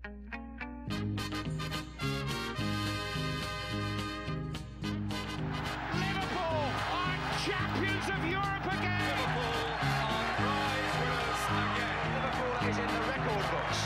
Champions of Europe again. Liverpool are prize winners again. Liverpool is in the record books.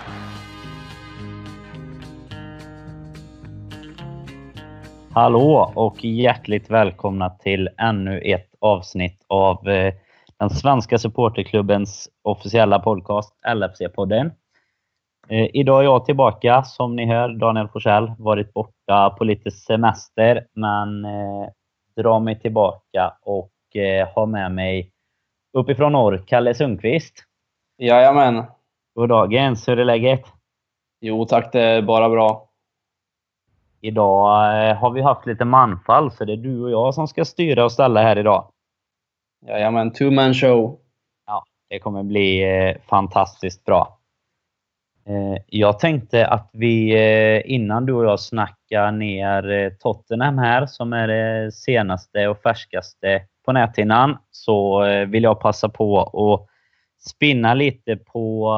Hallå och hjärtligt välkomna till ännu ett avsnitt av den svenska supporterklubbens officiella podcast LFC-podden. Idag är jag tillbaka, som ni hör, Daniel Forsell, varit borta på lite semester, men drar mig tillbaka och har med mig uppifrån norr, Kalle Sundqvist. Jajamän. God dagens, hur är läget? Jo tack, det är bara bra. Idag har vi haft lite manfall, så det är du och jag som ska styra och ställa här idag. Jajamän, two-man show. Ja, det kommer bli fantastiskt bra. Jag tänkte att vi innan du och jag snackar ner Tottenham här, som är det senaste och färskaste på näthinnan, så vill jag passa på att spinna lite på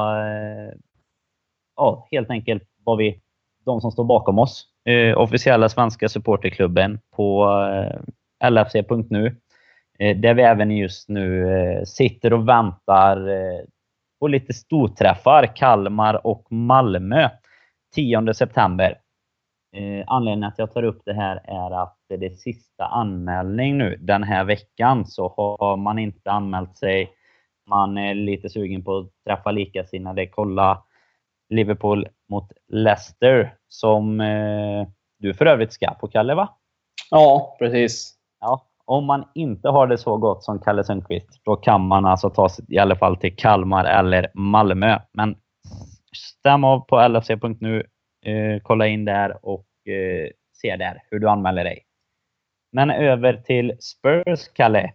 helt enkelt vad de som står bakom oss, officiella svenska supporterklubben på lfc.nu, där vi även just nu sitter och väntar på lite storträffar, Kalmar och Malmö 10 september. Anledningen att jag tar upp det här är att det är sista anmälning nu den här veckan, så har man inte anmält sig, man är lite sugen på att träffa likasinnade, kolla Liverpool mot Leicester, som du för övrigt ska på, Kalle, va? Ja, precis. Ja, om man inte har det så gott som Kalle Sundqvist, då kan man alltså ta sig i alla fall till Kalmar eller Malmö. Men stäm av på lfc.nu, kolla in där och se där hur du anmäler dig. Men över till Spurs, Kalle.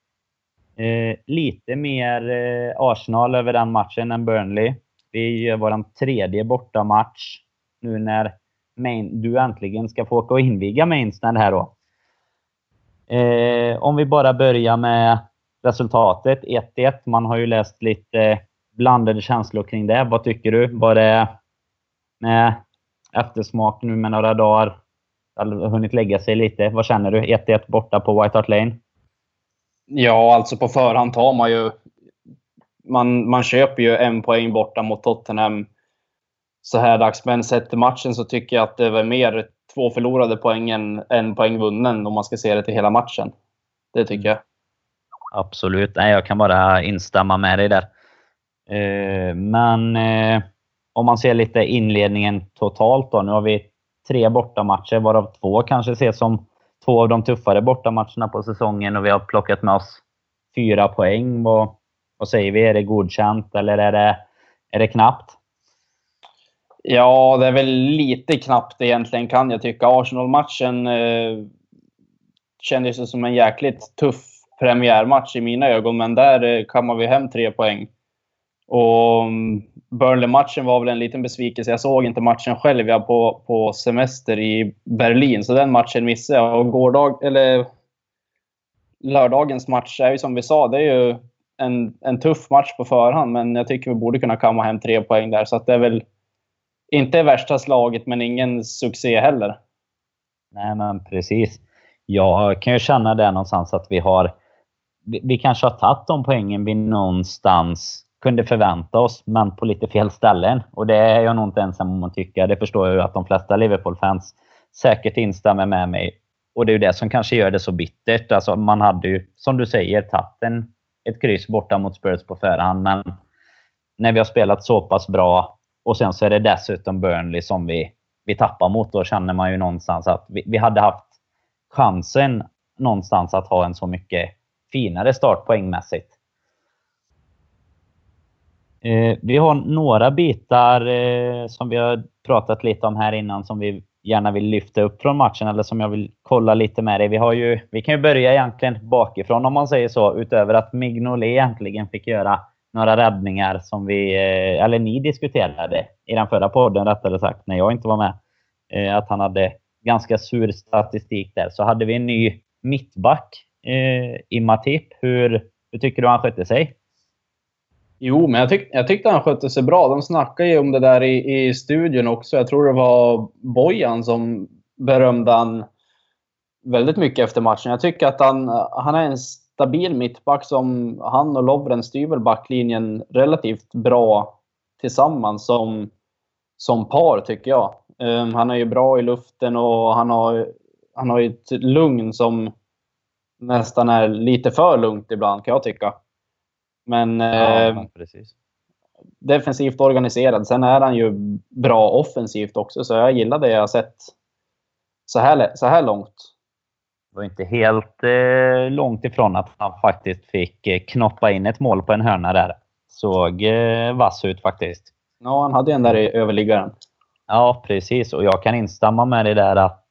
Lite mer Arsenal över den matchen än Burnley. Vi gör vår tredje bortamatch nu när du äntligen ska få åka och inviga Mainstad här då. Om vi bara börjar med resultatet 1-1. Man har ju läst lite blandade känslor kring det. Vad tycker du? Var det med eftersmak nu med några dagar? Har hunnit lägga sig lite. Vad känner du? 1-1 borta på White Hart Lane. Ja, alltså på förhand tar man ju... Man köper ju en poäng borta mot Tottenham så här dags. Men sett till matchen så tycker jag att det var mer 2 förlorade poäng än en poäng vunnen, om man ska se det till hela matchen. Det tycker jag. Absolut. Nej, jag kan bara instämma med dig där. Men om man ser lite inledningen totalt då. Nu har vi 3 bortamatcher, varav 2 kanske ses som 2 av de tuffare bortamatcherna på säsongen. Och vi har plockat med oss 4 poäng. Vad säger vi? Är det godkänt eller är det knappt? Ja, det är väl lite knappt egentligen, kan jag tycka. Arsenal-matchen kändes som en jäkligt tuff premiärmatch i mina ögon. Men där kammar vi hem 3 poäng. Och Burnley-matchen var väl en liten besvikelse. Jag såg inte matchen själv. Jag var på semester i Berlin. Så den matchen missade jag. Och lördagens match är ju som vi sa. Det är ju en tuff match på förhand. Men jag tycker vi borde kunna kamma hem 3 poäng där. Så att det är väl inte värsta slaget, men ingen succé heller. Nej, men precis. Jag kan ju känna det någonstans att vi kanske har tagit de poängen vi någonstans kunde förvänta oss, men på lite fel ställen. Och det är jag nog inte ensam om att tycka. Det förstår jag ju att de flesta Liverpool-fans säkert instämmer med mig. Och det är ju det som kanske gör det så bittert. Alltså man hade ju, som du säger, tagit ett kryss borta mot Spurs på förhand. Men när vi har spelat så pass bra och sen så är det dessutom Burnley som vi tappar mot, då känner man ju någonstans att vi hade haft chansen någonstans att ha en så mycket finare start poängmässigt. Vi har några bitar som vi har pratat lite om här innan som vi gärna vill lyfta upp från matchen, eller som jag vill kolla lite med dig. Vi kan ju börja egentligen bakifrån, om man säger så, utöver att Mignolet egentligen fick göra några räddningar som ni diskuterade i den förra podden, rättare sagt, när jag inte var med. Att han hade ganska sur statistik där. Så hade vi en ny mittback i Matip. Hur tycker du han skötte sig? Jo, men jag tyckte han skötte sig bra. De snackade ju om det där i studion också. Jag tror det var Bojan som berömde han väldigt mycket efter matchen. Jag tycker att han är en stabil mittback som han och Lovren styr väl backlinjen relativt bra tillsammans som par, tycker jag. Han är ju bra i luften och han har ju ett lugn som nästan är lite för lugnt ibland, kan jag tycka. Men precis. Defensivt organiserad. Sen är han ju bra offensivt också, så jag gillar det jag har sett så här långt. Det var inte helt långt ifrån att han faktiskt fick knoppa in ett mål på en hörna där. Såg vass ut faktiskt. Ja, han hade en där i överliggaren. Ja, precis. Och jag kan instämma med det där att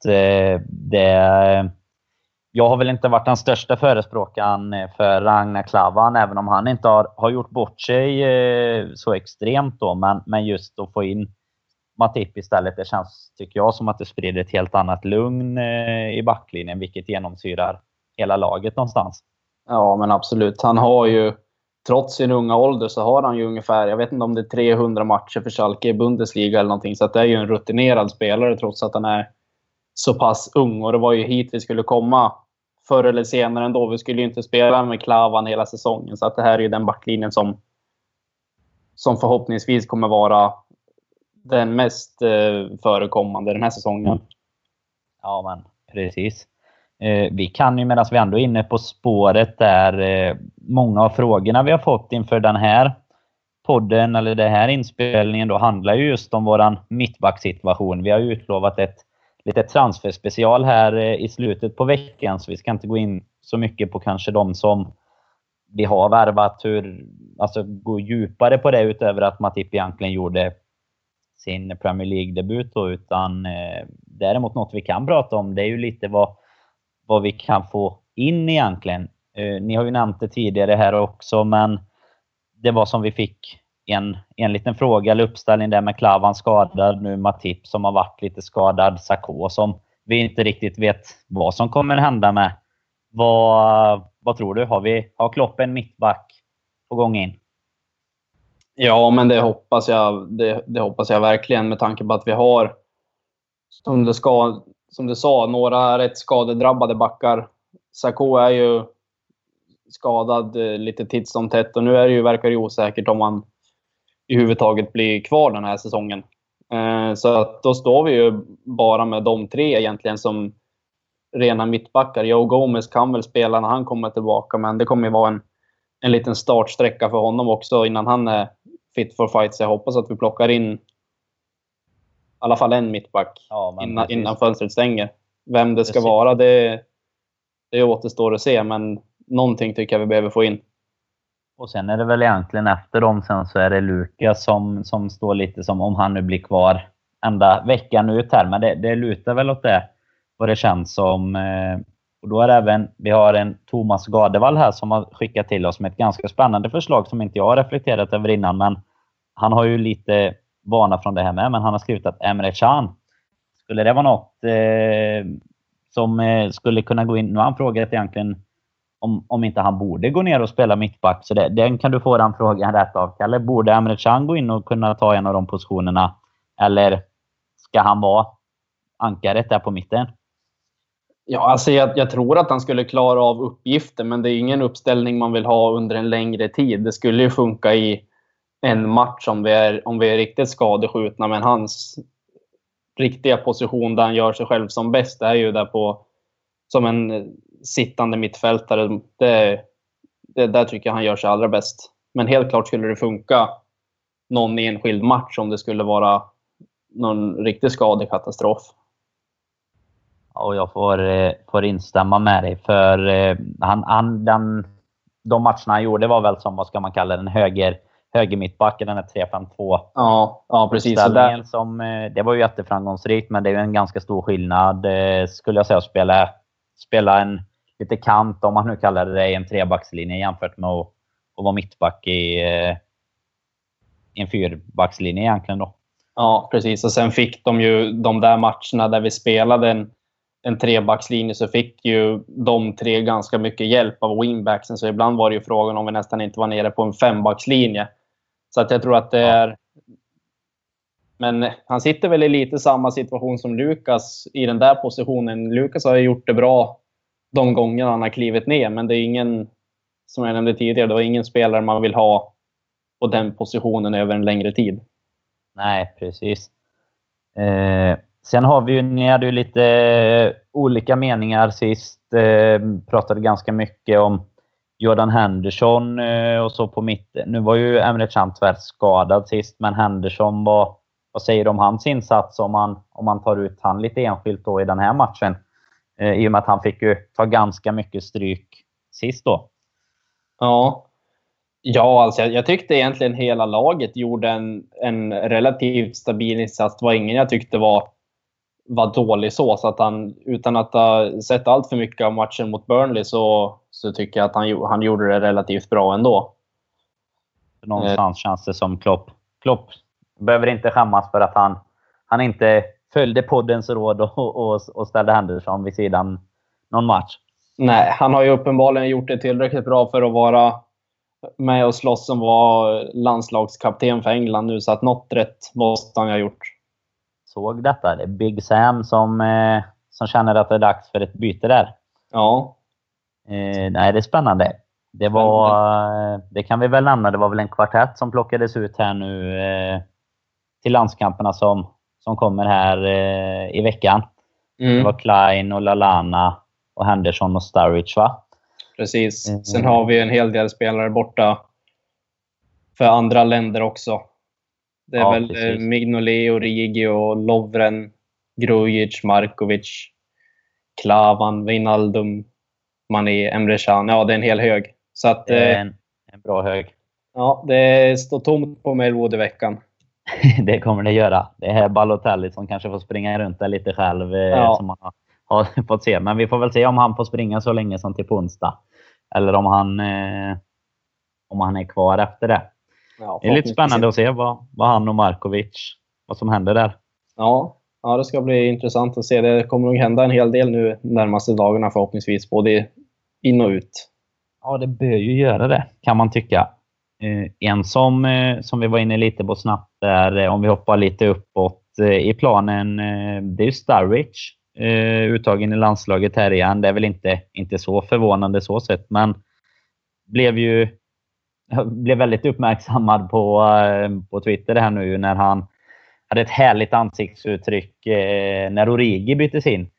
jag har väl inte varit den största förespråkaren för Ragnar Klavan, även om han inte har gjort bort sig så extremt då. Men just att få in Matip istället, det känns, tycker jag, som att det sprider ett helt annat lugn i backlinjen, vilket genomsyrar hela laget någonstans. Ja, men absolut. Han har ju, trots sin unga ålder, så har han ju ungefär, jag vet inte om det är 300 matcher för Schalke i Bundesliga eller någonting. Så att det är ju en rutinerad spelare trots att han är så pass ung. Och det var ju hit vi skulle komma förr eller senare ändå. Vi skulle ju inte spela med Klavan hela säsongen. Så att det här är ju den backlinjen som förhoppningsvis kommer vara den mest förekommande den här säsongen. Ja, men precis. Vi kan ju, medan vi ändå är inne på spåret där, många av frågorna vi har fått inför den här podden eller den här inspelningen då handlar ju just om våran mittbacksituation. Vi har utlovat ett litet transferspecial här i slutet på veckan, så vi ska inte gå in så mycket på kanske de som vi har värvat, alltså gå djupare på det utöver att Matip egentligen gjorde sin Premier League-debut då, utan däremot något vi kan prata om, det är ju lite vad vi kan få in egentligen. Ni har ju nämnt det tidigare här också, men det var som vi fick en liten fråga eller uppställning där med Klavan skadad, nu Matip som har varit lite skadad, Sakho som vi inte riktigt vet vad som kommer hända med. Vad tror du? Har Klopp en mittback på gång in? Ja, men det hoppas jag verkligen, med tanke på att vi har, som du sa, några rätt skadedrabbade backar. Sakho är ju skadad lite titt som tätt, och nu verkar det osäkert om han i huvudtaget blir kvar den här säsongen. Så att då står vi ju bara med de tre egentligen som rena mittbackar. Joe Gomez kan väl spela när han kommer tillbaka, men det kommer ju vara en liten startsträcka för honom också innan han är fit for fight. Så jag hoppas att vi plockar in i alla fall en mittback innan fönstret stänger. Vem det ska vara, det återstår att se, men någonting tycker jag vi behöver få in. Och sen är det väl egentligen efter dem sen så är det Lukas som står lite som om han nu blir kvar ända veckan ut här. Men det lutar väl åt det, vad det känns som. Och då är det även, vi har en Thomas Gardevall här som har skickat till oss med ett ganska spännande förslag som inte jag har reflekterat över innan. Men han har ju lite vana från det här med. Men han har skrivit att Emre Can, skulle det vara något som skulle kunna gå in? Nu har han frågat egentligen om inte han borde gå ner och spela mittback. Så den kan du få den frågan rätt av, Kalle. Borde Emre Can gå in och kunna ta en av de positionerna? Eller ska han vara ankaret där på mitten? Ja, alltså jag tror att han skulle klara av uppgiften, men det är ingen uppställning man vill ha under en längre tid. Det skulle ju funka i en match om vi är riktigt skadeskjutna, men hans riktiga position där han gör sig själv som bäst är ju där på som en sittande mittfältare. Det där tycker jag han gör sig allra bäst. Men helt klart skulle det funka någon enskild match om det skulle vara någon riktig skadekatastrof. Och jag får instämma med dig, för de matcherna han gjorde var väl som, vad ska man kalla den, höger mittback, den är 3-5-2. Ja, precis. Det var ju jätteframgångsrikt, men det är ju en ganska stor skillnad, skulle jag säga, att spela en lite kant, om man nu kallar det, en trebackslinje jämfört med att vara mittback i en fyrbackslinje egentligen då. Ja, precis. Och sen fick de ju de där matcherna där vi spelade en trebackslinje, så fick ju de tre ganska mycket hjälp av wingbacksen. Så ibland var det ju frågan om vi nästan inte var nere på en fembackslinje. Så att jag tror att det är... Men han sitter väl i lite samma situation som Lukas i den där positionen. Lukas har ju gjort det bra de gångerna han har klivit ner. Men det är ingen, som jag nämnde tidigare, det var ingen spelare man vill ha på den positionen över en längre tid. Nej, precis. Sen har vi ju, ni hade ju lite olika meningar sist. Pratade ganska mycket om Jordan Henderson och så på mitten. Nu var ju Emre Can tyvärr skadad sist, men Henderson, vad säger du om hans insats om man tar ut han lite enskilt då i den här matchen? I och med att han fick ju ta ganska mycket stryk sist då. Ja, alltså jag tyckte egentligen hela laget gjorde en relativt stabil insats. Det var ingen jag tyckte var dålig så att han, utan att ha sett allt för mycket av matchen mot Burnley, så tycker jag att han gjorde det relativt bra ändå. Någonstans känns det som Klopp behöver inte skämmas för att han inte följde poddens råd och ställde Henderson vid sidan någon match. Nej, han har ju uppenbarligen gjort det tillräckligt bra för att vara med och slåss som var landslagskapten för England nu, så att något rätt måste han ha gjort. Såg detta. Det är Big Sam som känner att det är dags för ett byte där. Ja. Nej, det är spännande. Det kan vi väl nämna. Det var väl en kvartett som plockades ut här nu till landskamperna som kommer här i veckan. Det var Klein och Lallana och Henderson och Sturridge, va? Precis. Sen har vi en hel del spelare borta för andra länder också. Det är väl precis. Mignolet, Origi och Lovren, Grujic, Markovic, Klavan, Wijnaldum, Mané, Emre Can. Ja, det är en hel hög. Så att, det är en bra hög. Ja, det står tomt på Melwood i veckan. Det kommer det göra. Det är Balotelli som kanske får springa runt där lite själv, som man har fått se. Men vi får väl se om han får springa så länge som till på onsdag. Eller om han är kvar efter det. Ja, det är lite spännande att se vad han och Markovic, vad som händer där. Ja, det ska bli intressant att se. Det kommer nog hända en hel del nu närmaste dagarna förhoppningsvis, både in och ut. Ja, det bör ju göra det, kan man tycka. En som vi var inne lite på snabbt där, om vi hoppar lite uppåt i planen, det är ju Sturridge. Uttagen i landslaget här igen. Det är väl inte så förvånande så sett, men blev väldigt uppmärksammad på Twitter här nu när han hade ett härligt ansiktsuttryck när Origi byttes in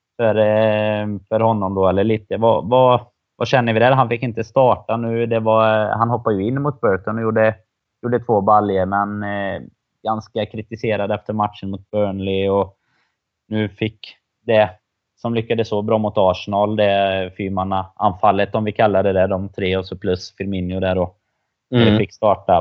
för honom då, eller lite. Vad känner vi där? Han fick inte starta nu. Han hoppade ju in mot Burton och gjorde 2 baljor, men ganska kritiserad efter matchen mot Burnley, och nu fick det som lyckades så bra mot Arsenal, det fyrmanna-anfallet om vi kallar det där, de 3 och så plus Firmino där då. Det fick starta.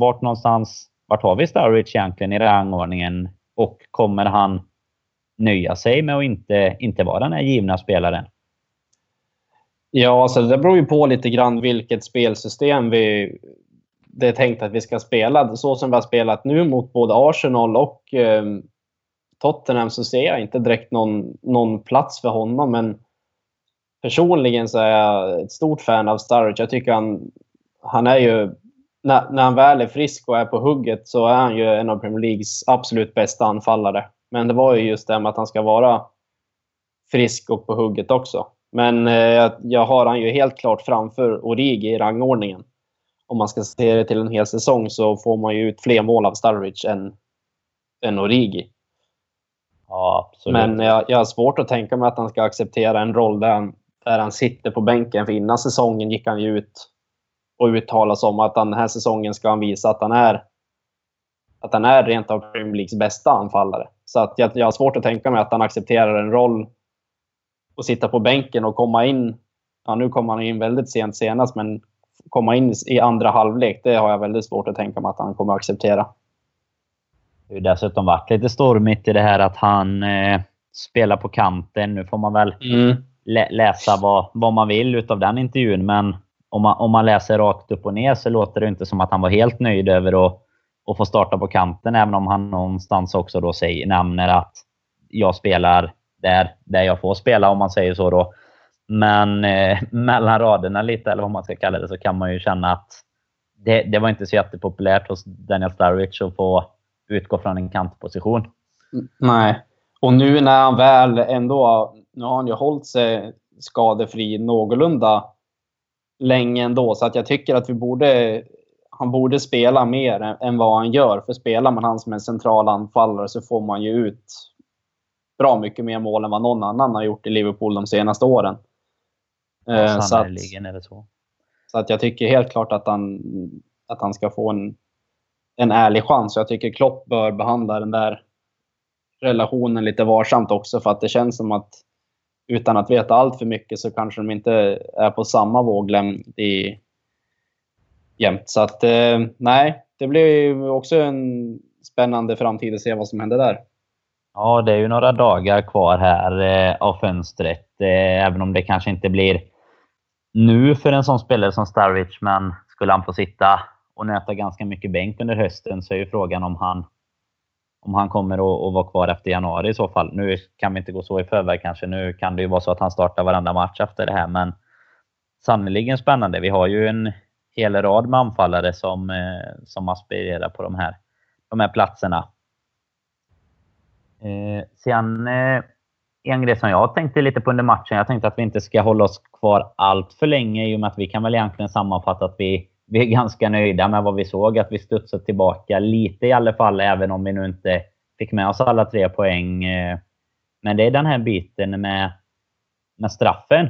Vart har vi Sturridge egentligen i rangordningen, och kommer han nöja sig med att inte vara den här givna spelaren? Ja, alltså det beror ju på lite grann vilket spelsystem det är tänkt att vi ska spela. Så som vi har spelat nu mot både Arsenal och Tottenham, så ser jag inte direkt någon plats för honom. Men personligen så är jag ett stort fan av Sturridge. Jag tycker han är ju, när han väl är frisk och är på hugget, så är han ju en av Premier Leagues absolut bästa anfallare. Men det var ju just det med att han ska vara frisk och på hugget också. Men jag har han ju helt klart framför Origi i rangordningen. Om man ska se det till en hel säsong, så får man ju ut fler mål av Sturridge än Origi. Ja, absolut. Men jag har svårt att tänka mig att han ska acceptera en roll där han sitter på bänken. För innan säsongen gick han ju ut och uttalas om att den här säsongen ska han visa att han är rent av Premier Leagues bästa anfallare. Så att jag har svårt att tänka mig att han accepterar en roll och sitta på bänken och komma in. Ja, nu kommer han in väldigt sent senast, men komma in i andra halvlek, det har jag väldigt svårt att tänka mig att han kommer att acceptera. Det har dessutom varit lite stormigt i det här att han spelar på kanten. Nu får man väl läsa vad man vill utav den intervjun, men om man läser rakt upp och ner så låter det inte som att han var helt nöjd över att få starta på kanten, även om han någonstans också då nämner att jag spelar där jag får spela, om man säger så då. Men mellan raderna lite, eller vad man ska kalla det, så kan man ju känna att det var inte så jättepopulärt hos Daniel Sturridge att få utgå från en kantposition. Nej. Och nu när han väl ändå... Nu har han ju hållit sig skadefri någorlunda länge ändå. Så att jag tycker att han borde spela mer än vad han gör. För spelar man han som en central anfallare så får man ju ut bra mycket mer mål än vad någon annan har gjort i Liverpool de senaste åren. Sannoliken är det så. Så att jag tycker helt klart att han ska få en ärlig chans. Jag tycker Klopp bör behandla den där relationen lite varsamt också. För att det känns som att utan att veta allt för mycket så kanske de inte är på samma våglängd jämt. Så att nej, det blir också en spännande framtid att se vad som händer där. Ja, det är ju några dagar kvar här av fönstret. Även om det kanske inte blir nu för en sån spelare som Sturridge. Men skulle han få sitta och nöta ganska mycket bänk under hösten så är ju frågan om han kommer att vara kvar efter januari i så fall. Nu kan vi inte gå så i förväg kanske. Nu kan det ju vara så att han startar varandra match efter det här. Men sannoliken spännande. Vi har ju en hel rad med anfallare som aspirerar på de här platserna. Sen en grej som jag tänkte lite på under matchen. Jag tänkte att vi inte ska hålla oss kvar allt för länge. I och med att vi kan väl egentligen sammanfatta att vi är ganska nöjda med vad vi såg. Att vi studsade tillbaka lite i alla fall. Även om vi nu inte fick med oss alla 3 poäng. Men det är den här biten med straffen.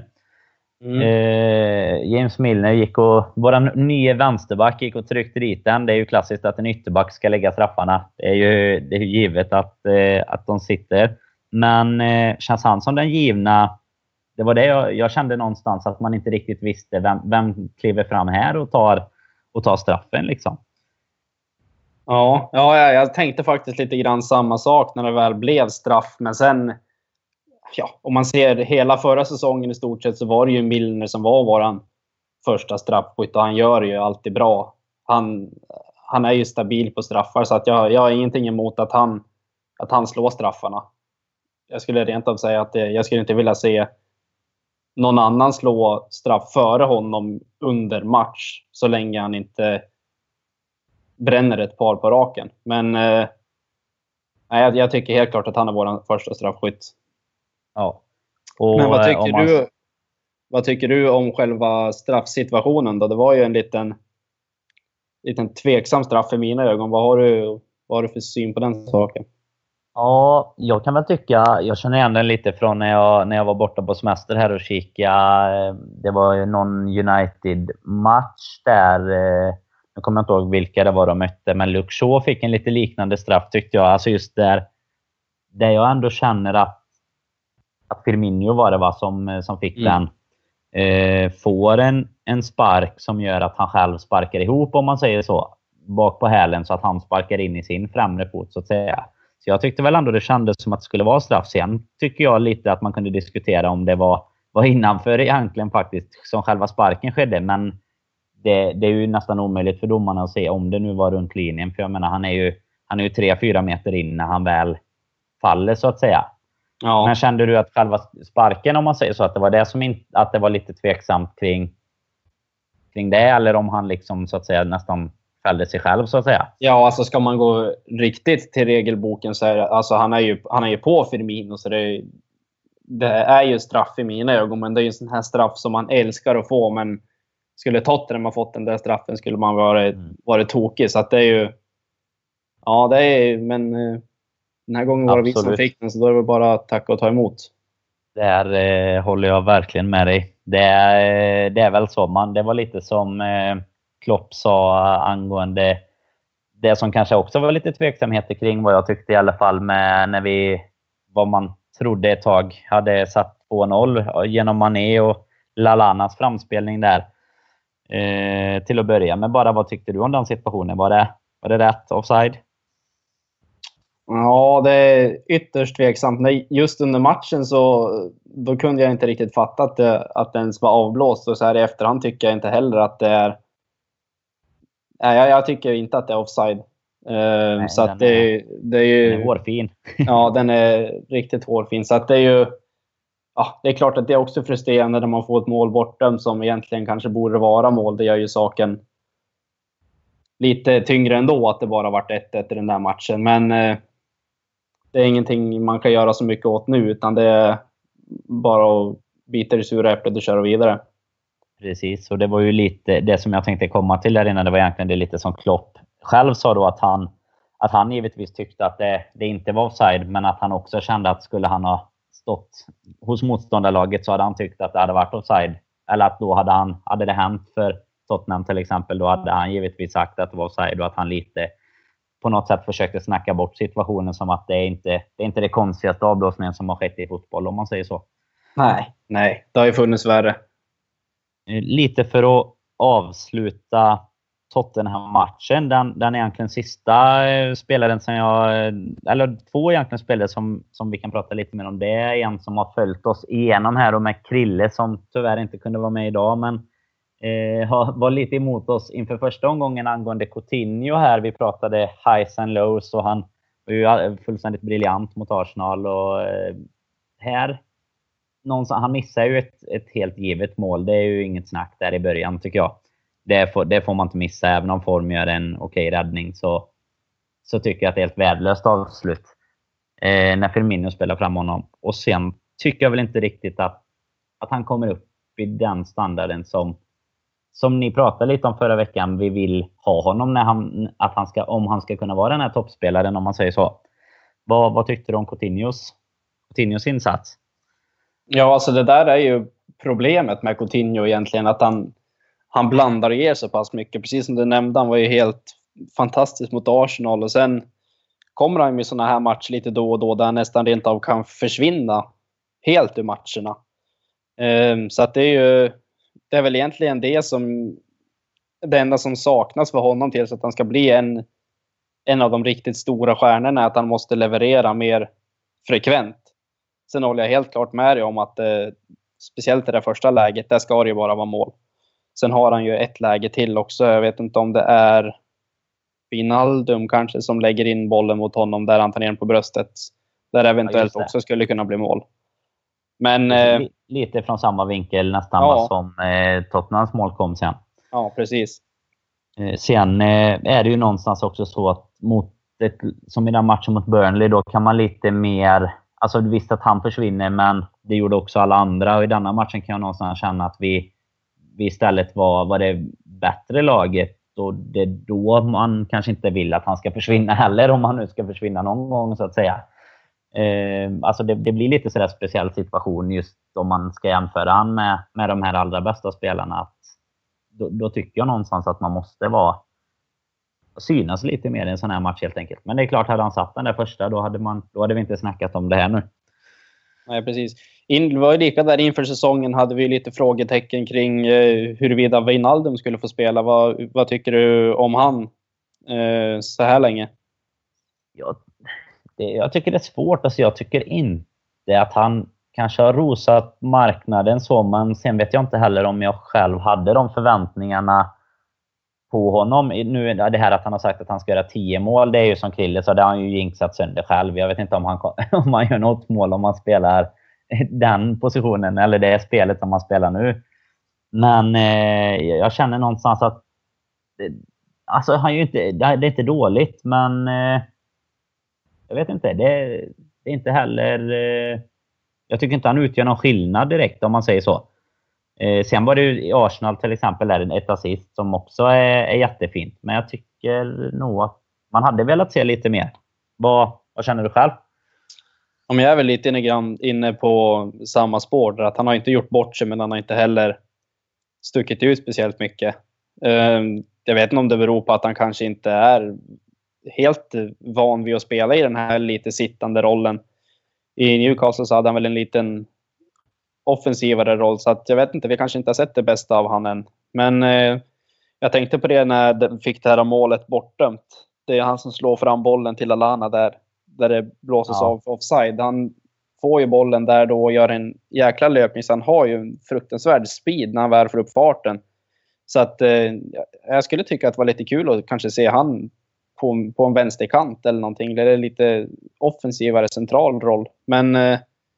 James Milner våran nya vänsterback gick och tryckte dit den. Det är ju klassiskt att en ytterback ska lägga straffarna. Det är ju givet att de sitter. Men känns han som den givna? Det var det jag kände någonstans, att man inte riktigt visste vem kliver fram här och tar straffen liksom. Ja, jag tänkte faktiskt lite grann samma sak när det väl blev straff. Men sen, om man ser hela förra säsongen i stort sett så var det ju Milner som var våran första straffskytt. Och han gör det ju alltid bra. Han är ju stabil på straffar, så att jag har ingenting emot att han slår straffarna. Jag skulle rent av säga att jag skulle inte vilja se någon annan slå straff före honom under match, så länge han inte bränner ett par på raken. Men jag tycker helt klart att han är vår första straffskytt. Ja. Men vad tycker du om själva straffsituationen då? Det var ju en liten tveksam straff i mina ögon. Vad har du för syn på den saken? Ja, jag kan väl tycka, jag känner igen den lite från när jag var borta på semester här och kikade. Det var ju någon United-match där. Jag kommer inte ihåg vilka det var de mötte, men Luke Shaw fick en lite liknande straff tyckte jag. Alltså just där jag ändå känner att Firmino var det som fick den. Får en spark som gör att han själv sparkar ihop, om man säger så, bak på hälen, så att han sparkar in i sin främre fot så att säga. Så jag tyckte väl ändå det kändes som att det skulle vara straff. Sen tycker jag lite att man kunde diskutera om det var innanför egentligen faktiskt som själva sparken skedde. Men det är ju nästan omöjligt för domarna att se om det nu var runt linjen. För jag menar, han är ju 3-4 meter in när han väl faller så att säga. Ja. Men kände du att själva sparken, om man säger så, att det var det som att det var lite tveksamt kring det, eller om han liksom så att säga nästan fällde sig själv så att säga? Ja, alltså ska man gå riktigt till regelboken så är det, alltså han är ju på Firmino, så det är ju straff i mina ögon, men det är ju en sån här straff som man älskar att få. Men skulle Tottenham ha fått den där straffen skulle man varit tokig, så att det är ju, ja det är, men den här gången var det vi som fick den, så då är det bara att tacka och ta emot. Där håller jag verkligen med dig. Det är väl så, det var lite som Klopp sa angående det som kanske också var lite tveksamheter kring, vad jag tyckte i alla fall, med när vi, vad man trodde ett tag, hade satt 2-0 genom Mané och Lallanas framspelning där till att börja med. Bara vad tyckte du om den situationen? Var det rätt offside? Ja, det är ytterst tveksamt. Just under matchen så då kunde jag inte riktigt fatta att den var avblåst, och så här i efterhand tycker jag inte heller att det är. Jag tycker inte att det är offside. Nej, så att det är ju... Den är hårfin. Ja, den är riktigt hårfin. Så att det är ju... Ja, det är klart att det är också frustrerande när man får ett mål bortdömt som egentligen kanske borde vara mål. Det gör ju saken lite tyngre ändå att det bara varit 1-1 i den där matchen. Men det är ingenting man kan göra så mycket åt nu, utan det är bara att bita i sura äpplet och köra vidare. Precis, och det var ju lite det som jag tänkte komma till där innan. Det var egentligen det lite som Klopp själv sa då, att han givetvis tyckte att det inte var offside, men att han också kände att skulle han ha stått hos motståndarlaget så hade han tyckt att det hade varit offside. Eller att då hade det hänt för Tottenham till exempel, då hade han givetvis sagt att det var offside, och att han lite på något sätt försökte snacka bort situationen som att det är inte det konstigaste avblåsningen som har skett i fotboll, om man säger så. Nej, det har ju funnits värre. Lite för att avsluta Tottenham-matchen. Den egentligen sista spelaren som eller två egentligen spelare som vi kan prata lite mer om. Det är en som har följt oss igenom här, och med Krille som tyvärr inte kunde vara med idag, men var lite emot oss inför första omgången angående Coutinho här. Vi pratade highs and lows, och han var ju fullständigt briljant mot Arsenal, och här han missar ju ett helt givet mål. Det är ju inget snack där i början, tycker jag. Det får man inte missa. Även om Form gör en okej räddning, så tycker jag att det är helt värdelöst avslut när Firmino spelar fram honom. Och sen tycker jag väl inte riktigt att han kommer upp i den standarden som ni pratade lite om förra veckan. Vi vill ha honom om han ska kunna vara den här toppspelaren, om man säger så. Vad tyckte du om Coutinhos insats? Ja, alltså det där är ju problemet med Coutinho egentligen, att han blandar och ger så pass mycket. Precis som du nämnde, han var ju helt fantastisk mot Arsenal, och sen kommer han med såna här matcher lite då och då där han nästan rent av kan försvinna helt ur matcherna. Så att det är väl egentligen det enda som saknas för honom till så att han ska bli en av de riktigt stora stjärnorna, att han måste leverera mer frekvent. Sen håller jag helt klart med dig om att speciellt i det första läget, där ska det ju bara vara mål. Sen har han ju ett läge till också. Jag vet inte om det är Wijnaldum kanske som lägger in bollen mot honom, där han tar ner den på bröstet. Där eventuellt också skulle kunna bli mål. Men lite från samma vinkel nästan som Tottenhams mål kom sen. Ja, precis. Sen är det ju någonstans också så att som i den matchen mot Burnley, då kan man lite mer... Alltså visst att han försvinner, men det gjorde också alla andra. Och i denna matchen kan jag någonstans känna att vi istället var det bättre laget. Och det är då man kanske inte vill att han ska försvinna heller, om han nu ska försvinna någon gång, så att säga. Alltså det blir lite sådär speciell situation just om man ska jämföra han med de här allra bästa spelarna. Att då tycker jag någonstans att man måste synas lite mer i en sån här match helt enkelt. Men det är klart, hade han satt den där första, då hade vi inte snackat om det här nu. Nej, precis. Det var ju lika där inför säsongen, hade vi lite frågetecken kring huruvida Wijnaldum skulle få spela. Vad tycker du om han så här länge? Jag tycker det är svårt. Alltså, jag tycker inte att han kanske har rosat marknaden så, men sen vet jag inte heller om jag själv hade de förväntningarna på honom. Nu det här att han har sagt att han ska göra 10 mål, det är ju som Krille, så det har han ju jinxat sönder själv. Jag vet inte om han gör något mål om han spelar den positionen, eller det spelet som han spelar nu. Men jag känner någonstans att alltså han är ju inte, det är inte dåligt, men jag vet inte, det är inte heller jag tycker inte han utgör någon skillnad direkt, om man säger så. Sen var det ju i Arsenal till exempel ett assist som också är jättefint. Men jag tycker nog att man hade velat se lite mer. Vad känner du själv? Jag är väl lite inne på samma spår. Att han har inte gjort bort sig, men han har inte heller stuckit ut speciellt mycket. Jag vet inte om det beror på att han kanske inte är helt van vid att spela i den här lite sittande rollen. I Newcastle så hade han väl en liten offensivare roll, så att jag vet inte, vi kanske inte har sett det bästa av han än. Men jag tänkte på det när de fick det här målet bortdömt. Det är han som slår fram bollen till Lallana där det blåses av offside. Han får ju bollen där då och gör en jäkla löpning, så han har ju en fruktansvärd speed när han väl får upp farten. Så att jag skulle tycka att det var lite kul att kanske se han på en vänsterkant eller någonting. Det är lite offensivare central roll. Men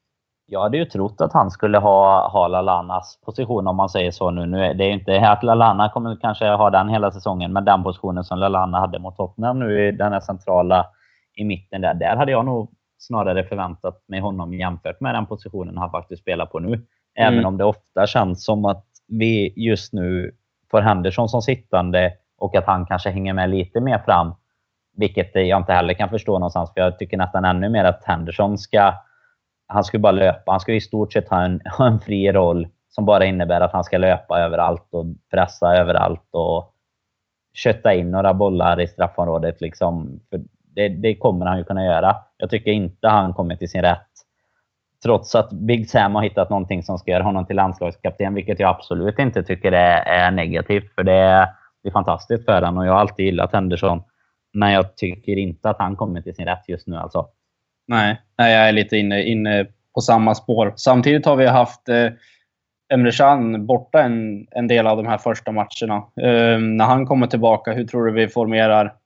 Jag hade ju trott att han skulle ha Lallanas position, om man säger så nu. Nu är det inte att Lallana kommer kanske ha den hela säsongen, men den positionen som Lallana hade mot Tottenham nu i den här centrala i mitten där hade jag nog snarare förväntat mig honom jämfört med den positionen han faktiskt spelar på nu. Även om det ofta känns som att vi just nu får Henderson som sittande och att han kanske hänger med lite mer fram. Vilket jag inte heller kan förstå någonstans. För jag tycker nästan ännu mer att Henderson han ska bara löpa. Han ska i stort sett ha en fri roll som bara innebär att han ska löpa överallt och pressa överallt och kötta in några bollar i straffområdet. Liksom. För det kommer han ju kunna göra. Jag tycker inte han kommer till sin rätt. Trots att Big Sam har hittat någonting som ska göra honom till landslagskapten. Vilket jag absolut inte tycker är negativt. För det är fantastiskt för honom. Och jag har alltid gillat Henderson. Men jag tycker inte att han kommer till sin rätt just nu alltså. Nej, jag är lite inne på samma spår. Samtidigt har vi haft Emre Can borta en del av de här första matcherna. När han kommer tillbaka, hur tror du vi formerar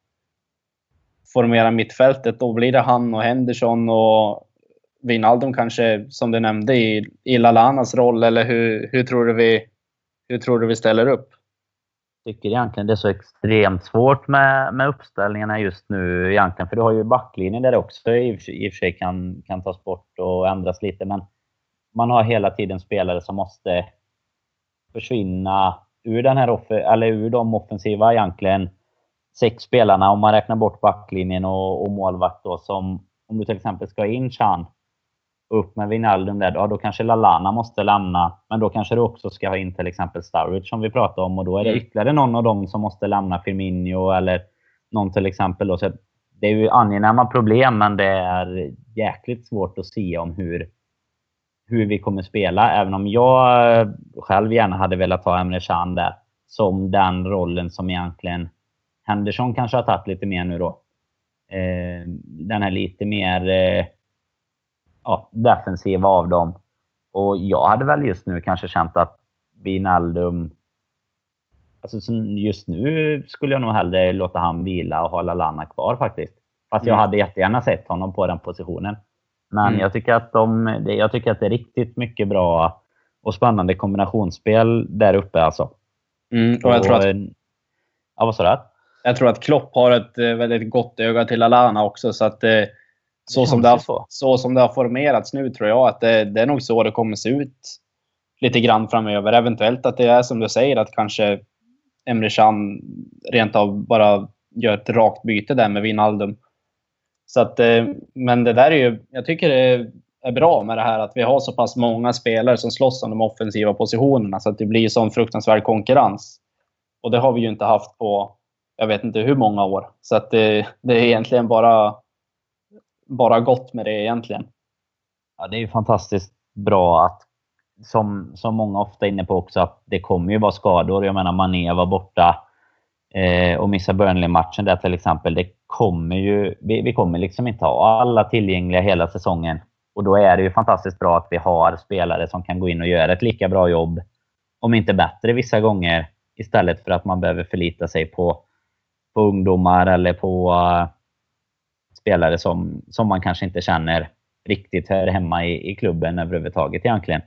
mittfältet? Då blir det han och Henderson och Wijnaldum kanske, som du nämnde, i Lallanas roll. Eller hur tror du vi ställer upp? Jag tycker egentligen det är så extremt svårt med uppställningarna just nu egentligen. För du har ju backlinjen där också i och för sig kan tas bort och ändras lite. Men man har hela tiden spelare som måste försvinna ur den här ur de offensiva egentligen 6 spelarna. Om man räknar bort backlinjen och målvakt då, som om du till exempel ska in Can upp med Wijnaldum där, då kanske Lallana måste lämna. Men då kanske du också ska ha in till exempel Sturridge som vi pratade om. Och då är det ytterligare någon av dem som måste lämna, Firmino eller någon till exempel. Då. Så det är ju angenäma problem, men det är jäkligt svårt att se om hur vi kommer spela. Även om jag själv gärna hade velat ha Emre Can där som den rollen som egentligen Henderson kanske har tagit lite mer nu då. Den här lite mer defensiva av dem. Och jag hade väl just nu kanske känt att Wijnaldum, alltså just nu skulle jag nog hellre låta han vila och hålla Lallana kvar faktiskt. Fast jag hade jättegärna sett honom på den positionen. Men jag tycker att det är riktigt mycket bra och spännande kombinationsspel där uppe alltså. Och jag tror att vad sa du? Jag tror att Klopp har ett väldigt gott öga till Lallana också, så att så som det har formerats nu tror jag att det är nog så det kommer se ut lite grann framöver. Eventuellt att det är som du säger, att kanske Emre Can rent av bara gör ett rakt byte där med Wijnaldum. Så att, men det där är ju, jag tycker det är bra med det här att vi har så pass många spelare som slåss om de offensiva positionerna, så att det blir sån fruktansvärd konkurrens. Och det har vi ju inte haft på jag vet inte hur många år. Så att det är egentligen bara gott med det egentligen. Ja, det är ju fantastiskt bra att som många ofta är inne på också, att det kommer ju vara skador. Jag menar, Mané var borta och missar Burnley-matchen där till exempel. Det kommer ju, vi kommer liksom inte ha alla tillgängliga hela säsongen. Och då är det ju fantastiskt bra att vi har spelare som kan gå in och göra ett lika bra jobb, om inte bättre vissa gånger, istället för att man behöver förlita sig på ungdomar eller på spelare som man kanske inte känner riktigt hör hemma i klubben överhuvudtaget egentligen.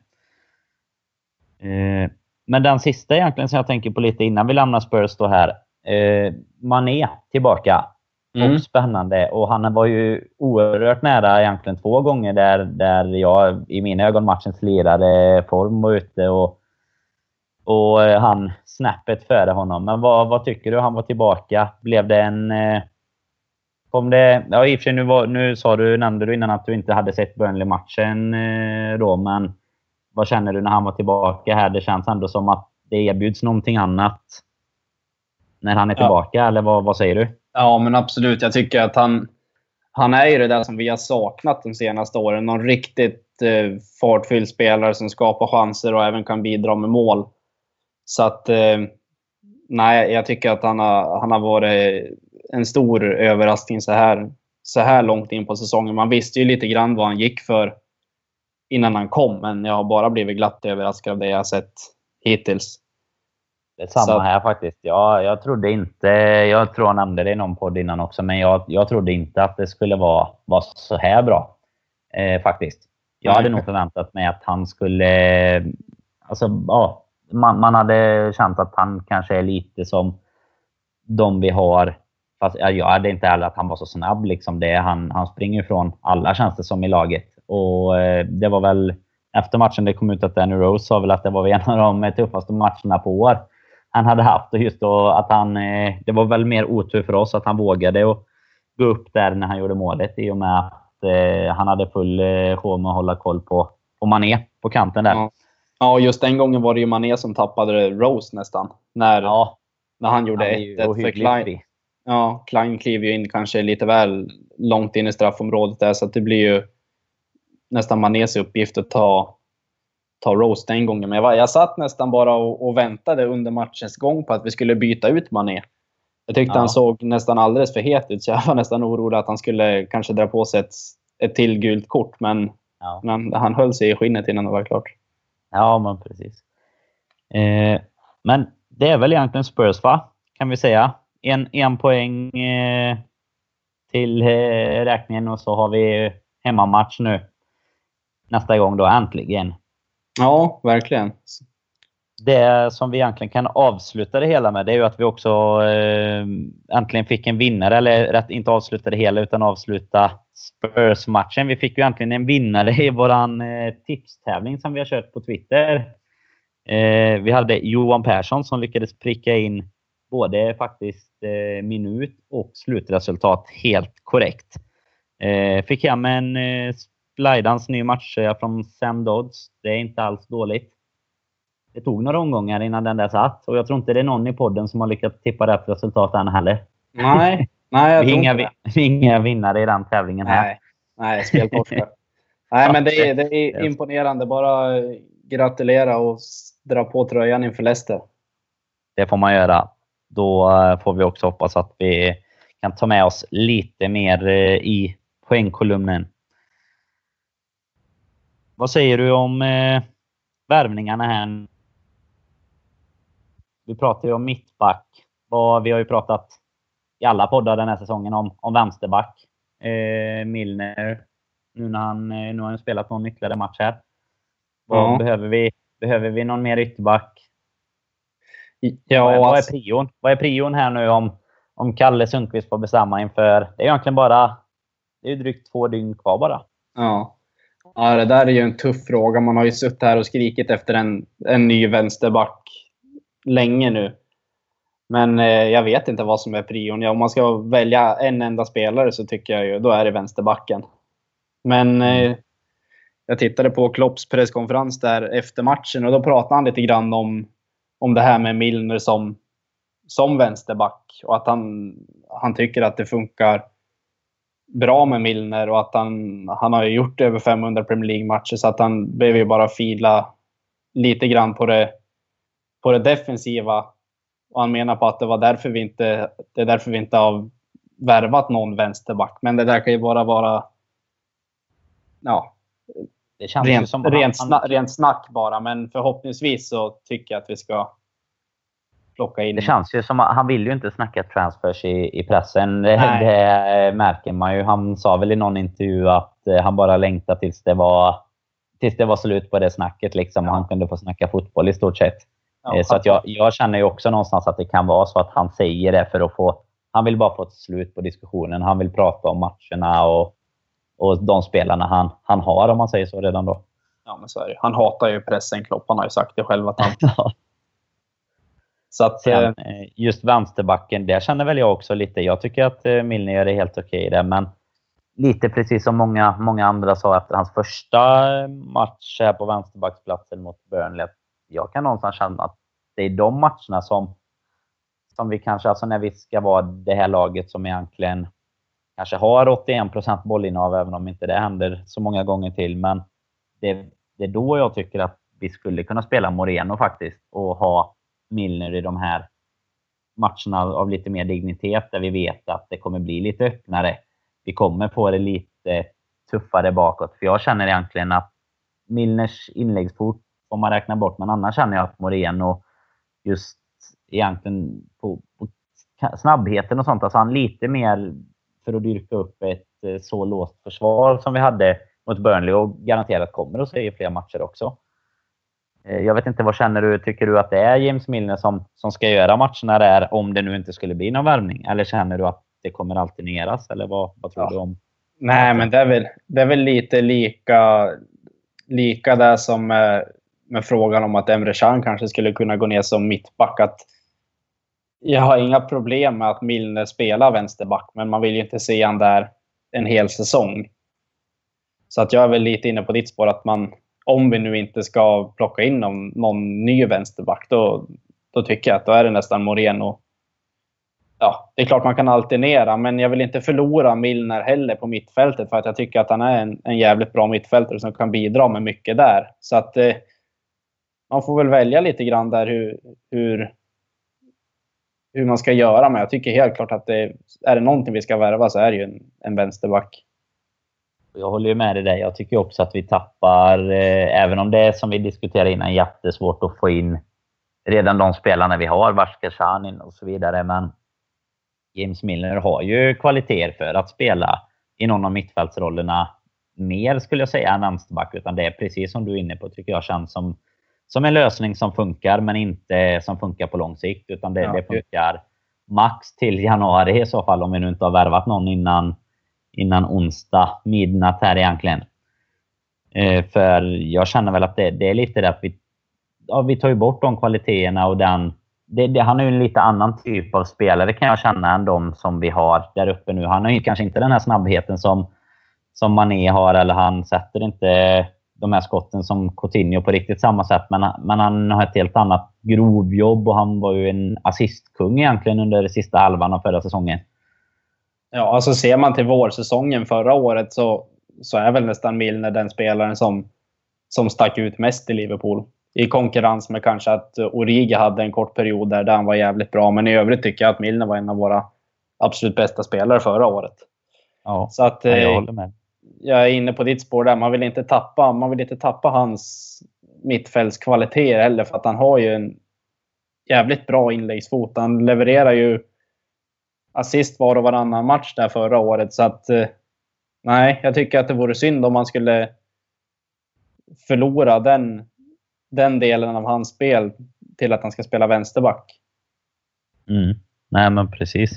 Men den sista egentligen som jag tänker på lite innan vi lämnar Spurs då här. Mané tillbaka. Och spännande. Och han var ju oerhört nära egentligen 2 gånger där jag i mina ögon matchens lirade form var ute och han snäppet före honom. Men vad tycker du? Han var tillbaka. Blev det en... Kom det... Ja, i och för sig nu nämnde du innan att du inte hade sett Burnley-matchen då. Men vad känner du när han var tillbaka här? Det känns ändå som att det erbjuds någonting annat när han är tillbaka. Eller vad säger du? Ja, men absolut. Jag tycker att han är ju det där som vi har saknat de senaste åren. Någon riktigt fartfylld spelare som skapar chanser och även kan bidra med mål. Så att nej, jag tycker att han har varit en stor överraskning så här långt in på säsongen. Man visste ju lite grann vad han gick för innan han kom, men jag har bara blivit glatt överraskad av det jag har sett hittills. Det är samma här faktiskt. Jag trodde inte, jag tror jag nämnde det i någon podd innan också, men jag trodde inte att det skulle vara så här bra faktiskt. Jag hade nog förväntat mig att han skulle... Alltså, ja, man hade känt att han kanske är lite som de vi har. Fast jag hade inte heller att han var så snabb. Liksom han springer från alla tjänster som i laget. Och det var väl... Efter matchen det kom ut att Danny Rose sa väl att det var en av de tuffaste matcherna på år han hade haft. Och just då att han... Det var väl mer otur för oss att han vågade och gå upp där när han gjorde målet. I och med att han hade full show med att hålla koll på Mané på kanten där. Ja, just den gången var det ju Mané som tappade Rose nästan. När han gjorde 1-1 för Klein. Ja, Klein kliver ju in kanske lite väl långt in i straffområdet där. Så att det blir ju nästan Manés uppgift att ta Rose den gången. Men jag satt nästan bara och väntade under matchens gång på att vi skulle byta ut Mané. Jag tyckte han såg nästan alldeles för het ut. Så jag var nästan orolig att han skulle kanske dra på sig ett till gult kort. Men han höll sig i skinnet innan det var klart. Ja, men precis. Men det är väl egentligen Spurs, va? Kan vi säga. En poäng till räkningen. Och så har vi hemmamatch nu. Nästa gång då, äntligen. Ja, verkligen. Det som vi egentligen kan avsluta det hela med, det är ju att vi också äntligen fick en vinnare. Eller inte avsluta det hela utan avsluta Spurs-matchen. Vi fick ju äntligen en vinnare i våran tipstävling som vi har kört på Twitter. Vi hade Johan Persson som lyckades pricka in både faktiskt minut och slutresultat helt korrekt. Fick hem en Splidans ny match från Sam Dodds. Det är inte alls dåligt. Det tog några omgångar innan den där satt. Och jag tror inte det är någon i podden som har lyckats tippa rätt resultat än heller. Nej, jag tror inte det. Inga vinnare i den tävlingen här. Nej, speltorskar. Nej, men det är imponerande. Bara gratulera och dra på tröjan inför Leicester. Det får man göra. Då får vi också hoppas att vi kan ta med oss lite mer i poängkolumnen. Vad säger du om värvningarna här? Vi pratar ju om mittback. Vi har ju pratat i alla poddar den här säsongen om vänsterback. Milner. Nu har han spelat någon ytterligare match här. Behöver vi någon mer ytterback? Ja, vad är prion? Vad är prion här nu om Kalle Sundqvist får bestämma inför... Det är egentligen bara... Det är ju drygt 2 dygn kvar bara. Ja, det där är ju en tuff fråga. Man har ju suttit här och skrikit efter en ny vänsterback länge nu. Men jag vet inte vad som är prion. Om man ska välja en enda spelare så tycker jag ju, då är det vänsterbacken. Men jag tittade på Klopps presskonferens där efter matchen och då pratade han lite grann om det här med Milner som vänsterback. Och att han tycker att det funkar bra med Milner och att han har gjort över 500 Premier League-matcher så att han behöver ju bara fila lite grann på det defensiva. Och han menar på att det är därför vi inte har värvat någon vänsterback. Men det där kan ju bara vara det känns som rent snack bara. Men förhoppningsvis så tycker jag att vi ska plocka in. Det känns ju som att han vill ju inte snacka transfers i pressen. Det märker man ju. Han sa väl i någon intervju att han bara längtar tills det var slut på det snacket liksom. Och han kunde få snacka fotboll i stort sett. Ja, så att jag känner ju också någonstans att det kan vara så att han säger det för att han vill bara få ett slut på diskussionen. Han vill prata om matcherna och de spelarna han har, om man säger så redan då. Ja, men så är det. Han hatar ju pressen, Klopp. Han har ju sagt det själv att han... Så att, sen, just vänsterbacken, där känner väl jag också lite. Jag tycker att Milner är helt okej där, men lite precis som många andra sa efter hans första match här på vänsterbacksplatsen mot Burnley. Jag kan någonstans känna att det är de matcherna som vi kanske, alltså när vi ska vara det här laget som egentligen kanske har 81% bollinnehav, även om inte det händer så många gånger till. Men det är då jag tycker att vi skulle kunna spela Moreno faktiskt och ha Milner i de här matcherna av lite mer dignitet där vi vet att det kommer bli lite öppnare. Vi kommer få det lite tuffare bakåt. För jag känner egentligen att Milners inläggsfot får man räkna bort. Men annars känner jag att Moreno just egentligen på snabbheten och sånt. Alltså han lite mer för att dyrka upp ett så låst försvar som vi hade mot Burnley och garanterat kommer att se i fler matcher också. Jag vet inte, vad känner du? Tycker du att det är James Milner som ska göra matcherna där om det nu inte skulle bli någon värvning? Eller känner du att det kommer alterneras? Eller vad tror du om? Nej, men det är väl lite lika där som med frågan om att Emre Can kanske skulle kunna gå ner som mittback. Att jag har inga problem med att Milner spelar vänsterback, men man vill ju inte se han där en hel säsong. Så att jag är väl lite inne på ditt spår att om vi nu inte ska plocka in någon ny vänsterback, då tycker jag att då är det nästan Moreno. Ja, det är klart man kan alternera, men jag vill inte förlora Milner heller på mittfältet, för att jag tycker att han är en jävligt bra mittfältare som kan bidra med mycket där. Så att man får väl välja lite grann där hur man ska göra. Men jag tycker helt klart att är det någonting vi ska värva så är det ju en vänsterback. Jag håller ju med dig där. Jag tycker också att vi tappar, även om det är som vi diskuterade innan, jättesvårt att få in redan de spelarna vi har, Varskershanin och så vidare. Men James Milner har ju kvaliteter för att spela i någon av mittfältsrollerna mer, skulle jag säga, än vänsterback. Utan det är precis som du är inne på, tycker jag, känns som en lösning som funkar, men inte som funkar på lång sikt. Utan det funkar max till januari i så fall, om vi nu inte har värvat någon innan onsdag midnatt här egentligen. För jag känner väl att det är lite det att vi tar ju bort de kvaliteterna och han är ju en lite annan typ av spelare, kan jag känna, än de som vi har där uppe nu. Han har ju kanske inte den här snabbheten som Mané har, eller han sätter inte de här skotten som Coutinho på riktigt samma sätt, men han har ett helt annat grovjobb och han var ju en assistkung egentligen under sista halvan av förra säsongen. Ja, alltså ser man till vårsäsongen förra året så är väl nästan Milner den spelaren som stack ut mest i Liverpool. I konkurrens med kanske att Origi hade en kort period där han var jävligt bra. Men i övrigt tycker jag att Milner var en av våra absolut bästa spelare förra året. Ja, så att, jag håller med. Jag är inne på ditt spår där. Man vill inte tappa hans mittfältskvaliteter heller. För att han har ju en jävligt bra inläggsfot. Han levererar ju assist var och varannan match där förra året. Så att nej, jag tycker att det vore synd om man skulle förlora den delen av hans spel till att han ska spela vänsterback. Nej, men precis.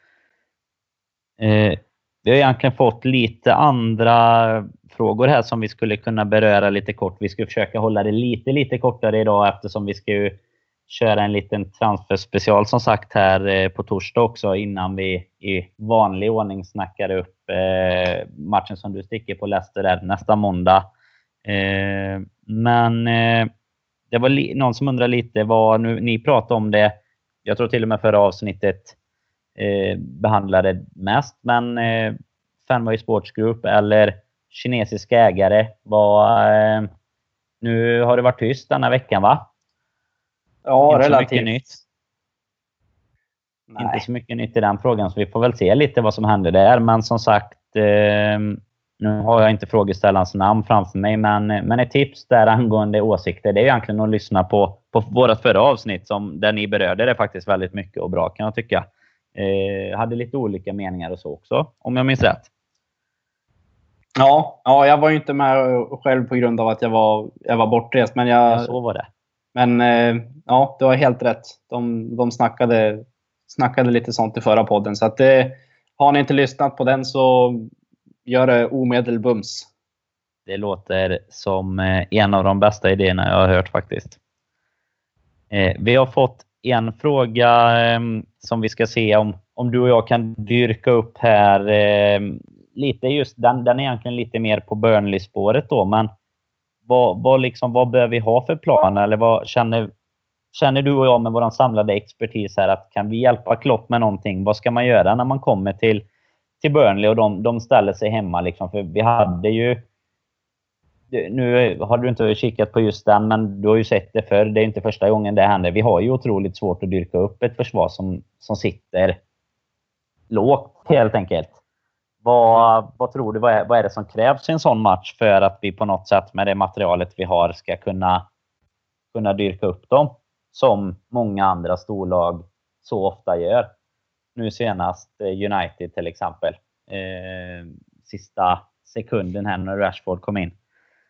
Vi har egentligen fått lite andra frågor här som vi skulle kunna beröra lite kort. Vi ska försöka hålla det lite kortare idag, eftersom vi ska ju köra en liten transferspecial som sagt här på torsdag också, innan vi i vanlig ordning snackar upp matchen som du sticker på Leicester där nästa måndag. Men det var någon som undrar lite vad ni pratade om det. Jag tror till och med förra avsnittet behandlade mest, men Fenway Sports Group eller kinesiska ägare nu har det varit tyst denna veckan, va? Ja, inte relativt. Så mycket nytt. Inte så mycket nytt i den frågan, så vi får väl se lite vad som händer där. Men som sagt, nu har jag inte frågeställarens namn framför mig, men ett tips där angående åsikter, det är egentligen att lyssna på vårat förra avsnitt där ni berörde det faktiskt väldigt mycket och bra, kan jag tycka. Hade lite olika meningar och så också, om jag minns rätt. Ja, jag var ju inte med själv på grund av att jag var bortrest, men Ja, så var det. Men ja, du har helt rätt. De snackade lite sånt i förra podden, så att har ni inte lyssnat på den så gör det omedelbums. Det låter som en av de bästa idéerna jag har hört faktiskt. Vi har fått en fråga som vi ska se om du och jag kan dyrka upp här. Lite just den är egentligen lite mer på Burnley-spåret då, men vad bör vi ha för plan? Eller vad känner du och jag med vår samlade expertis här, att kan vi hjälpa Klopp med någonting? Vad ska man göra när man kommer till Burnley och de ställer sig hemma liksom? För vi hade ju, nu har du inte kikat på just den, men du har ju sett det förr. Det är inte första gången det händer. Vi har ju otroligt svårt att dyrka upp ett försvar som sitter lågt helt enkelt. Vad tror du, vad är det som krävs i en sån match för att vi på något sätt med det materialet vi har ska kunna dyrka upp dem, som många andra storlag så ofta gör? Nu senast United till exempel. Sista sekunden här när Rashford kom in.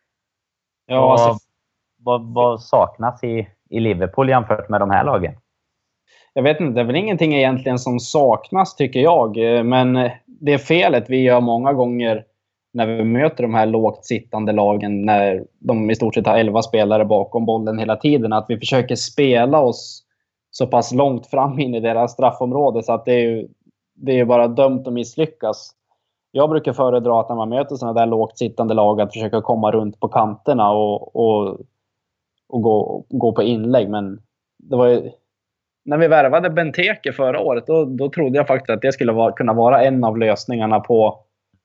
Ja, alltså, vad saknas i Liverpool jämfört med de här lagen? jag vet inte, det är väl ingenting egentligen som saknas tycker jag. Men det felet vi gör många gånger när vi möter de här lågt sittande lagen, när de i stort sett har 11 spelare bakom bollen hela tiden, att vi försöker spela oss så pass långt fram in i deras straffområde så att det är bara dömt att misslyckas. Jag brukar föredra att när man möter sådana där lågt sittande lag att försöka komma runt på kanterna och gå på inlägg. Men det var ju, när vi värvade Benteke förra året, då trodde jag faktiskt att det skulle kunna vara en av lösningarna på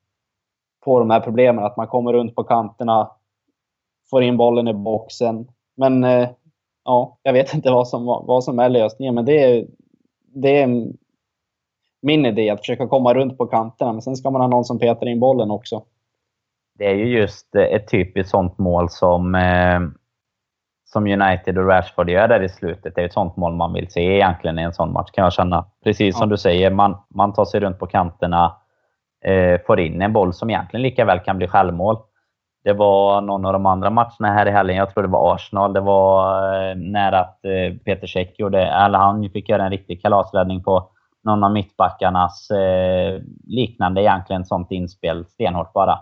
de här problemen. Att man kommer runt på kanterna, får in bollen i boxen. Men ja, jag vet inte vad som är lösningen. Men det är min idé att försöka komma runt på kanterna. Men sen ska man ha någon som petar in bollen också. Det är ju just ett typiskt sånt mål som United och Rashford gör där i slutet. Det är ett sånt mål man vill se egentligen i en sån match, kan jag känna. Precis som du säger, man tar sig runt på kanterna, får in en boll som egentligen lika väl kan bli självmål. Det var någon av de andra matcherna här i helgen, jag tror det var Arsenal. Det var nära att Peter Cech han fick göra en riktig kalasräddning på någon av mittbackarnas liknande egentligen sånt inspel, stenhårt bara.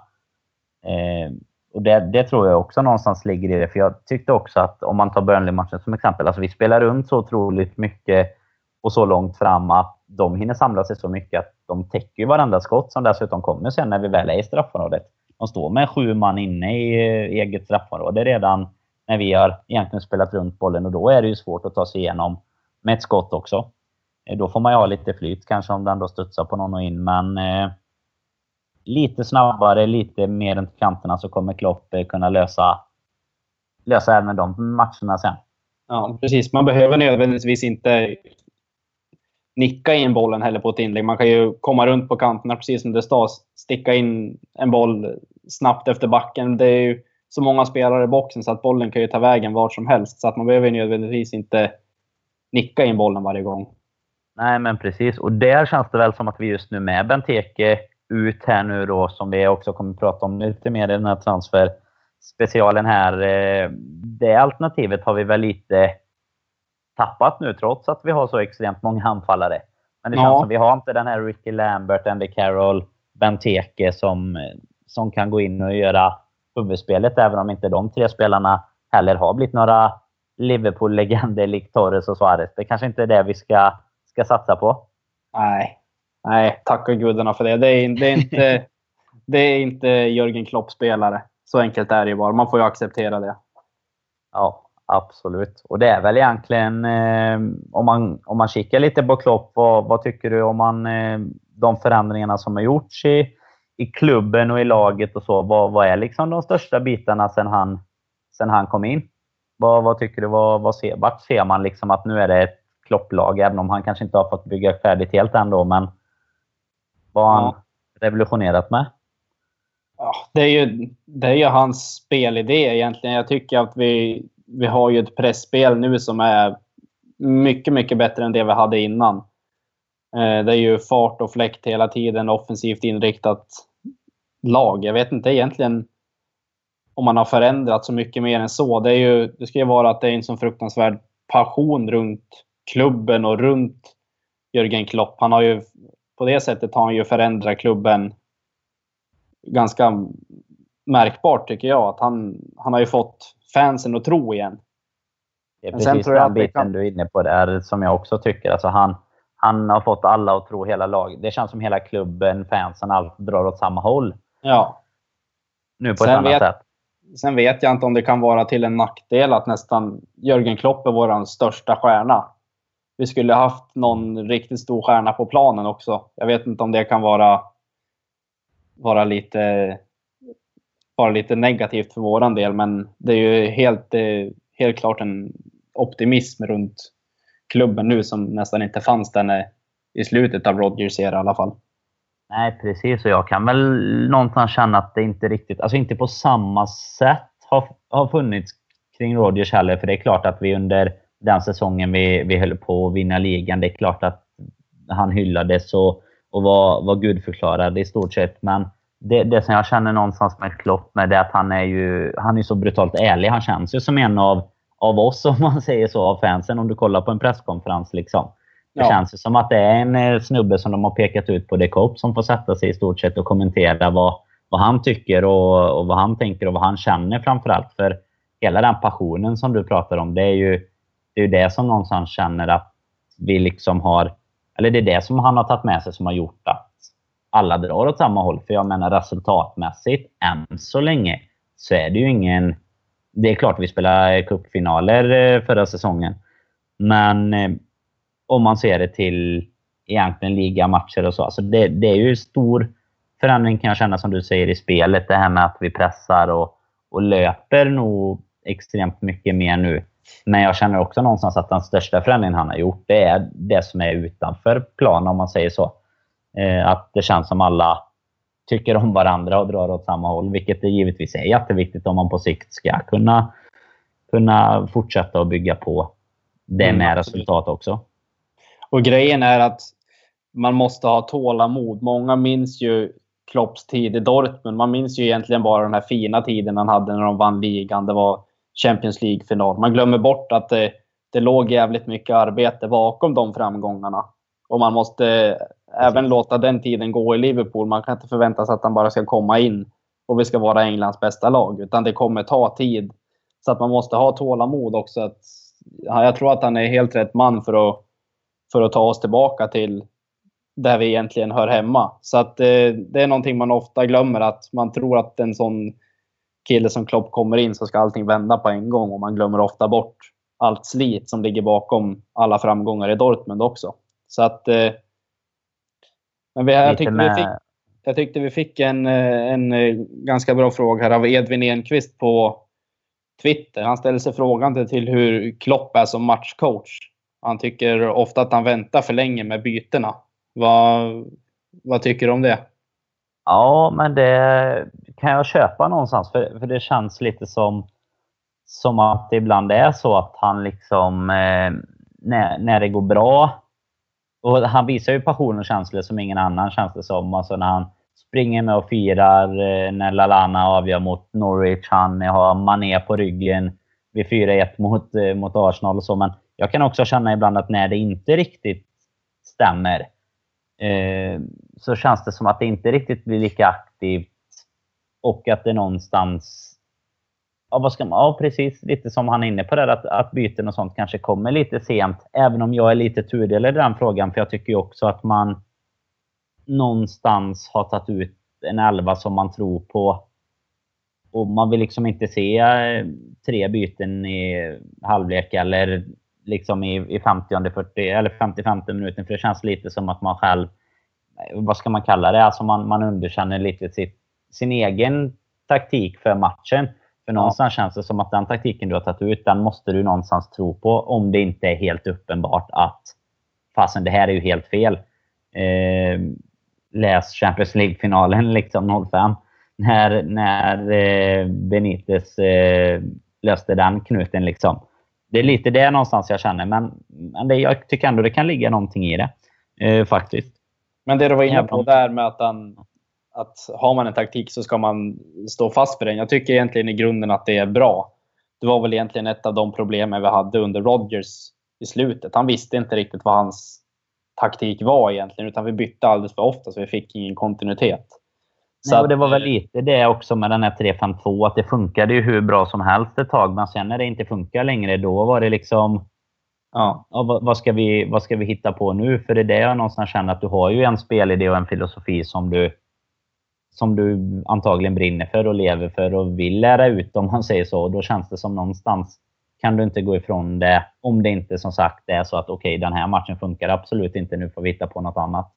Och det tror jag också någonstans ligger i det. För jag tyckte också att om man tar Burnley-matchen som exempel, alltså vi spelar runt så otroligt mycket och så långt fram att de hinner samla sig så mycket att de täcker ju varandra skott som dessutom kommer sen när vi väl är i straffområdet. De står med 7 man inne i eget straffområde redan när vi har egentligen spelat runt bollen, och då är det ju svårt att ta sig igenom med ett skott också. Då får man ju ha lite flyt kanske om den då studsar på någon och in, men lite snabbare, lite mer än kanterna, så kommer Klopp kunna lösa även de matcherna sen. Ja, precis. Man behöver nödvändigtvis inte nicka in bollen heller på ett inlägg. Man kan ju komma runt på kanterna precis som det står, sticka in en boll snabbt efter backen. Det är ju så många spelare i boxen så att bollen kan ju ta vägen vart som helst. Så att man behöver nödvändigtvis inte nicka in bollen varje gång. Nej, men precis. Och där känns det väl som att vi just nu med Benteke ut här nu då, som vi också kommer att prata om lite mer i den här transferspecialen här. Det alternativet har vi väl lite tappat nu, trots att vi har så extremt många anfallare. Men det känns som vi har inte den här Ricky Lambert, Andy Carroll, Benteke som kan gå in och göra huvudspelet, även om inte de 3 spelarna heller har blivit några Liverpool-legender likt Torres och Suarez. Det kanske inte är det vi ska satsa på. Nej, tack och gudarna för det. Det är inte Jürgen Klopp-spelare. Så enkelt är det ju bara. Man får ju acceptera det. Ja, absolut. Och det är väl egentligen, om man kikar lite på Klopp, vad tycker du om de förändringarna som har gjorts i klubben och i laget och så? Vad är liksom de största bitarna sen han kom in? Vad tycker du? Vart ser man liksom att nu är det ett Klopp-lag, även om han kanske inte har fått bygga färdigt helt ändå, men vad har han revolutionerat med? Ja, det är ju hans spelidé egentligen. Jag tycker att vi har ju ett pressspel nu som är mycket, mycket bättre än det vi hade innan. Det är ju fart och fläkt hela tiden, offensivt inriktat lag. Jag vet inte egentligen om man har förändrat så mycket mer än så. Det ska ju vara att det är en sån fruktansvärd passion runt klubben och runt Jürgen Klopp. Han har ju, på det sättet har han ju förändrat klubben ganska märkbart, tycker jag. Att han har ju fått fansen att tro igen. Det är precis den biten du är inne på där som jag också tycker. Alltså han har fått alla att tro, hela laget. Det känns som hela klubben, fansen, allt drar åt samma håll. Ja. Nu på ett annat sätt. Sen vet jag inte om det kan vara till en nackdel att nästan Jürgen Klopp är vår största stjärna. Vi skulle haft någon riktigt stor stjärna på planen också. Jag vet inte om det kan vara lite negativt för våran del. Men det är ju helt klart en optimism runt klubben nu som nästan inte fanns där i slutet av Rodgers era i alla fall. Nej, precis. Och jag kan väl någonstans känna att det inte riktigt, alltså inte på samma sätt har funnits kring Rodgers heller. För det är klart att vi under den säsongen vi höll på att vinna ligan, det är klart att han hyllades och var gudförklarad i stort sett. Men det som jag känner någonstans med Klopp med det, att han är så brutalt ärlig. Han känns ju som en av oss, om man säger så, av fansen, om du kollar på en presskonferens liksom. Det känns ju som att det är en snubbe som de har pekat ut på The Cop som får sätta sig i stort sett och kommentera vad han tycker och vad han tänker och vad han känner framförallt. För hela den passionen som du pratar om, det är ju det som någonstans känner att vi liksom har, eller det är det som han har tagit med sig som har gjort att alla drar åt samma håll. För jag menar resultatmässigt, än så länge, så är det ju ingen... Det är klart vi spelar cupfinaler förra säsongen. Men om man ser det till egentligen ligamatcher och så. Alltså det är ju stor förändring kan jag känna, som du säger, i spelet. Det här med att vi pressar och löper nog extremt mycket mer nu. Men jag känner också någonstans att den största förändringen han har gjort, det är det som är utanför planen, om man säger så. Att det känns som alla tycker om varandra och drar åt samma håll. Vilket det givetvis är jätteviktigt om man på sikt ska kunna fortsätta att bygga på det med resultat också. Och grejen är att man måste ha tålamod. Många minns ju Klopps tid i Dortmund. Man minns ju egentligen bara den här fina tiden han hade när de vann ligan. Det var Champions League-final. Man glömmer bort att det låg jävligt mycket arbete bakom de framgångarna. Och man måste även låta den tiden gå i Liverpool. Man kan inte förvänta sig att han bara ska komma in och vi ska vara Englands bästa lag. Utan det kommer ta tid. Så att man måste ha tålamod också. Jag tror att han är helt rätt man för att ta oss tillbaka till där vi egentligen hör hemma. Så att det är någonting man ofta glömmer. Att man tror att en sån kille som Klopp kommer in så ska allting vända på en gång. Och man glömmer ofta bort allt slit som ligger bakom alla framgångar i Dortmund också. Så att... Men jag tyckte vi fick en ganska bra fråga här av Edvin Enqvist på Twitter. Han ställer sig frågan till hur Klopp är som matchcoach. Han tycker ofta att han väntar för länge med bytena. Vad tycker du om det? Ja, men det kan jag köpa någonstans. För det känns lite som att det ibland är så att han liksom när det går bra. Och han visar ju passion och känslor som ingen annan, känns det som. Alltså när han springer med och firar när Lallana avgör mot Norwich. Han har Mané på ryggen vid 4-1 mot Arsenal och så. Men jag kan också känna ibland att när det inte riktigt stämmer så känns det som att det inte riktigt blir lika aktivt. Och att det någonstans... Ja, precis. Lite som han är inne på det. Att byten och sånt kanske kommer lite sent. Även om jag är lite tudelad i den frågan. För jag tycker ju också att man någonstans har tagit ut en 11 som man tror på. Och man vill liksom inte se 3 byten i halvlek. Eller liksom i 50-40 eller 50-50 minuter. För det känns lite som att man själv... Vad ska man kalla det? Alltså man underkänner lite sin egen taktik för matchen. För någonstans känns det som att den taktiken du har tagit ut, den måste du någonstans tro på. Om det inte är helt uppenbart att fasen, det här är ju helt fel. Läs Champions League-finalen liksom 05. När Benitez löste den knuten liksom. Det är lite det någonstans jag känner. Men jag tycker ändå det kan ligga någonting i det. Faktiskt. Men det du var inne på där med att har man en taktik så ska man stå fast för den. Jag tycker egentligen i grunden att det är bra. Det var väl egentligen ett av de problemen vi hade under Rodgers i slutet. Han visste inte riktigt vad hans taktik var egentligen. Utan vi bytte alldeles för ofta så vi fick ingen kontinuitet. Nej, och det var väl lite det också med den här 3-5-2. Att det funkade ju hur bra som helst ett tag. Men sen när det inte funkar längre, då var det liksom... Ja, vad ska vi hitta på nu? För det är det jag någonstans känner att du har ju en spelidé och en filosofi som du antagligen brinner för och lever för och vill lära ut, om man säger så. Och då känns det som någonstans kan du inte gå ifrån det om det inte som sagt är så att okej, den här matchen funkar absolut inte, nu får vi hitta på något annat.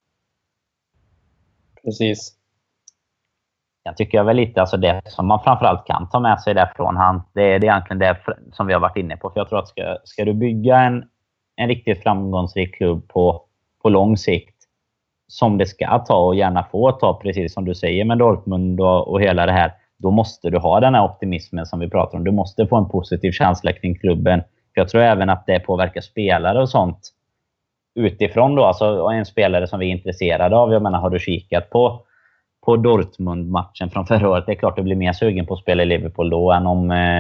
Precis. Jag tycker väl lite, alltså det som man framförallt kan ta med sig därifrån han, det är egentligen det som vi har varit inne på. För jag tror att ska du bygga en riktigt framgångsrik klubb på lång sikt, som det ska ta och gärna få ta, precis som du säger med Dortmund och hela det här, då måste du ha den här optimismen som vi pratar om. Du måste få en positiv känsla kring klubben. För jag tror även att det påverkar spelare och sånt utifrån då. Alltså en spelare som vi är intresserade av. Jag menar, har du kikat på på Dortmund-matchen från förra året. Det är klart du blir mer sugen på att spela i Liverpool då än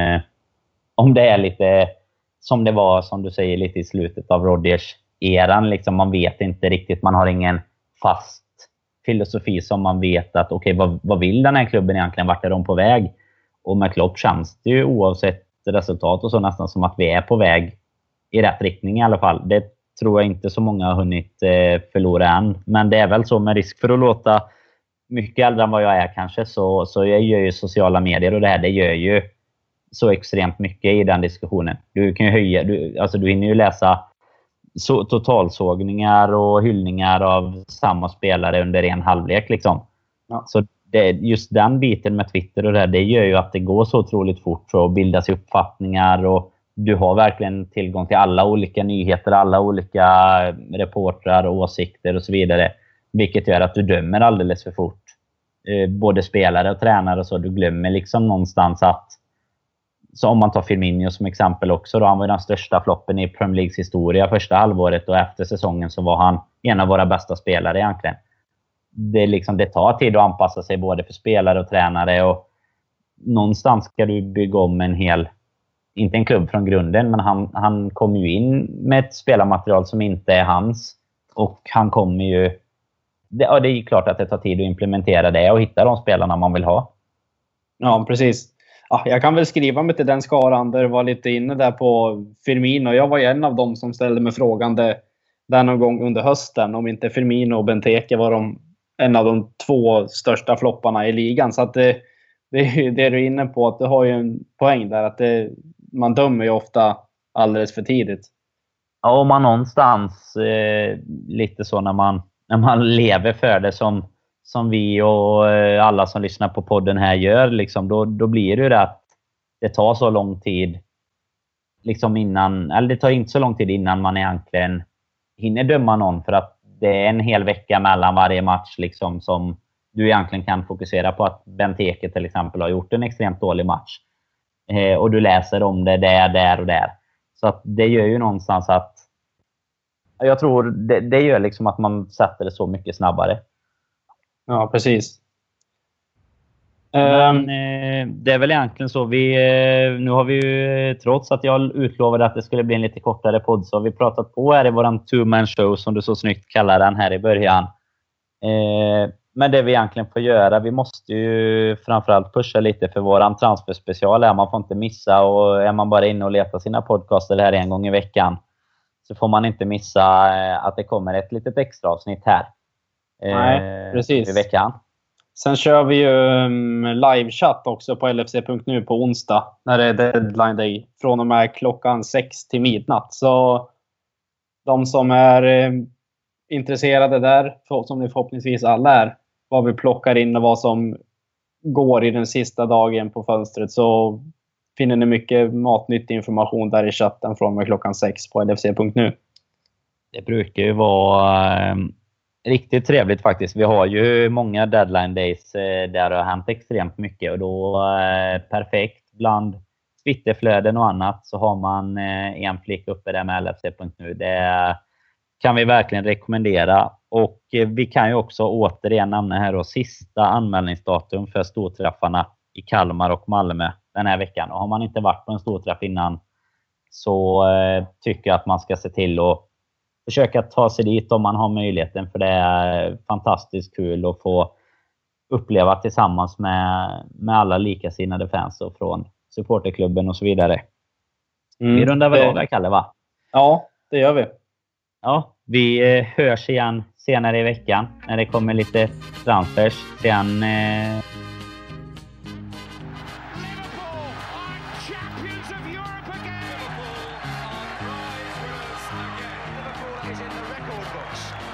om det är lite som det var, som du säger, lite i slutet av Rodgers-eran. Liksom, man vet inte riktigt, man har ingen fast filosofi som man vet att okej, vad vill den här klubben egentligen? Vart är de på väg? Och med Klopp känns det ju oavsett resultat och så nästan som att vi är på väg i rätt riktning i alla fall. Det tror jag inte så många har hunnit förlora än. Men det är väl så, med risk för att låta mycket äldre än vad jag är kanske, så jag gör ju sociala medier och det gör ju så extremt mycket i den diskussionen. Du kan ju höja, du hinner ju läsa totalsågningar och hyllningar av samma spelare under en halvlek liksom. Ja. Så just den biten med Twitter och det gör ju att det går så otroligt fort och bildas uppfattningar, och du har verkligen tillgång till alla olika nyheter, alla olika reportrar, åsikter och så vidare. Vilket gör att du dömer alldeles för fort. Både spelare och tränare och så. Du glömmer liksom någonstans att, så om man tar Firmino som exempel också då, han var den största floppen i Premier Leagues historia första halvåret, och efter säsongen så var han en av våra bästa spelare egentligen. Det tar tid att anpassa sig både för spelare och tränare, och någonstans ska du bygga om en hel, inte en klubb från grunden, men han kommer ju in med ett spelarmaterial som inte är hans, och han kommer ju, det är klart att det tar tid att implementera det och hitta de spelarna man vill ha. Ja, precis. Ja, jag kan väl skriva mig till den skaran där var lite inne där på Firmino. Jag var ju en av dem som ställde mig frågan där någon gång under hösten om inte Firmino och Benteke var en av de 2 största flopparna i ligan. Så att det är det du är inne på, att du har ju en poäng där, att man dömer ju ofta alldeles för tidigt. Ja, och man någonstans lite så när man lever för det som vi och alla som lyssnar på podden här gör, liksom, då blir det ju det att det tar så lång tid liksom innan, eller det tar inte så lång tid innan man egentligen hinner döma någon, för att det är en hel vecka mellan varje match liksom, som du egentligen kan fokusera på att Benteke till exempel har gjort en extremt dålig match. Och du läser om det där och där. Så att det gör ju någonstans att jag tror det gör liksom att man sätter det så mycket snabbare. Ja, precis. Men det är väl egentligen så. Nu har vi ju, trots att jag utlovade att det skulle bli en lite kortare podd, så har vi pratat på här i våran two-man show, som du så snyggt kallar den här i början. Men det vi egentligen får göra, vi måste ju framförallt pusha lite för våran transferspecial här. Man får inte missa, och är man bara inne och letar sina podcaster här en gång i veckan, så får man inte missa att det kommer ett litet extra avsnitt här. Nej, precis. I veckan. Sen kör vi ju livechatt också på LFC.nu på onsdag, när det är deadline day, från och med klockan 6 till midnatt. Så de som är intresserade där, som ni förhoppningsvis alla är, vad vi plockar in och vad som går i den sista dagen på fönstret, så finner ni mycket matnyttig information där i chatten från och med klockan 6 på LFC.nu. Det brukar ju vara riktigt trevligt faktiskt. Vi har ju många deadline days där det har hänt extremt mycket, och då perfekt bland Twitterflöden och annat så har man en flick uppe där med LFC.nu. Det kan vi verkligen rekommendera, och vi kan ju också återigen nämna här då sista anmälningsdatum för storträffarna i Kalmar och Malmö den här veckan. Och har man inte varit på en storträff innan, så tycker jag att man ska se till att försöka ta sig dit om man har möjligheten, för det är fantastiskt kul att få uppleva tillsammans med alla likasinnade fans och från supporterklubben och så vidare. Vi rundar väl av där, Kalle, va? Ja, det gör vi. Ja, vi hörs igen senare i veckan när det kommer lite transfers. Sen Liverpool are champions of Europe again. Liverpool are rise winners again. Liverpool is in the record books.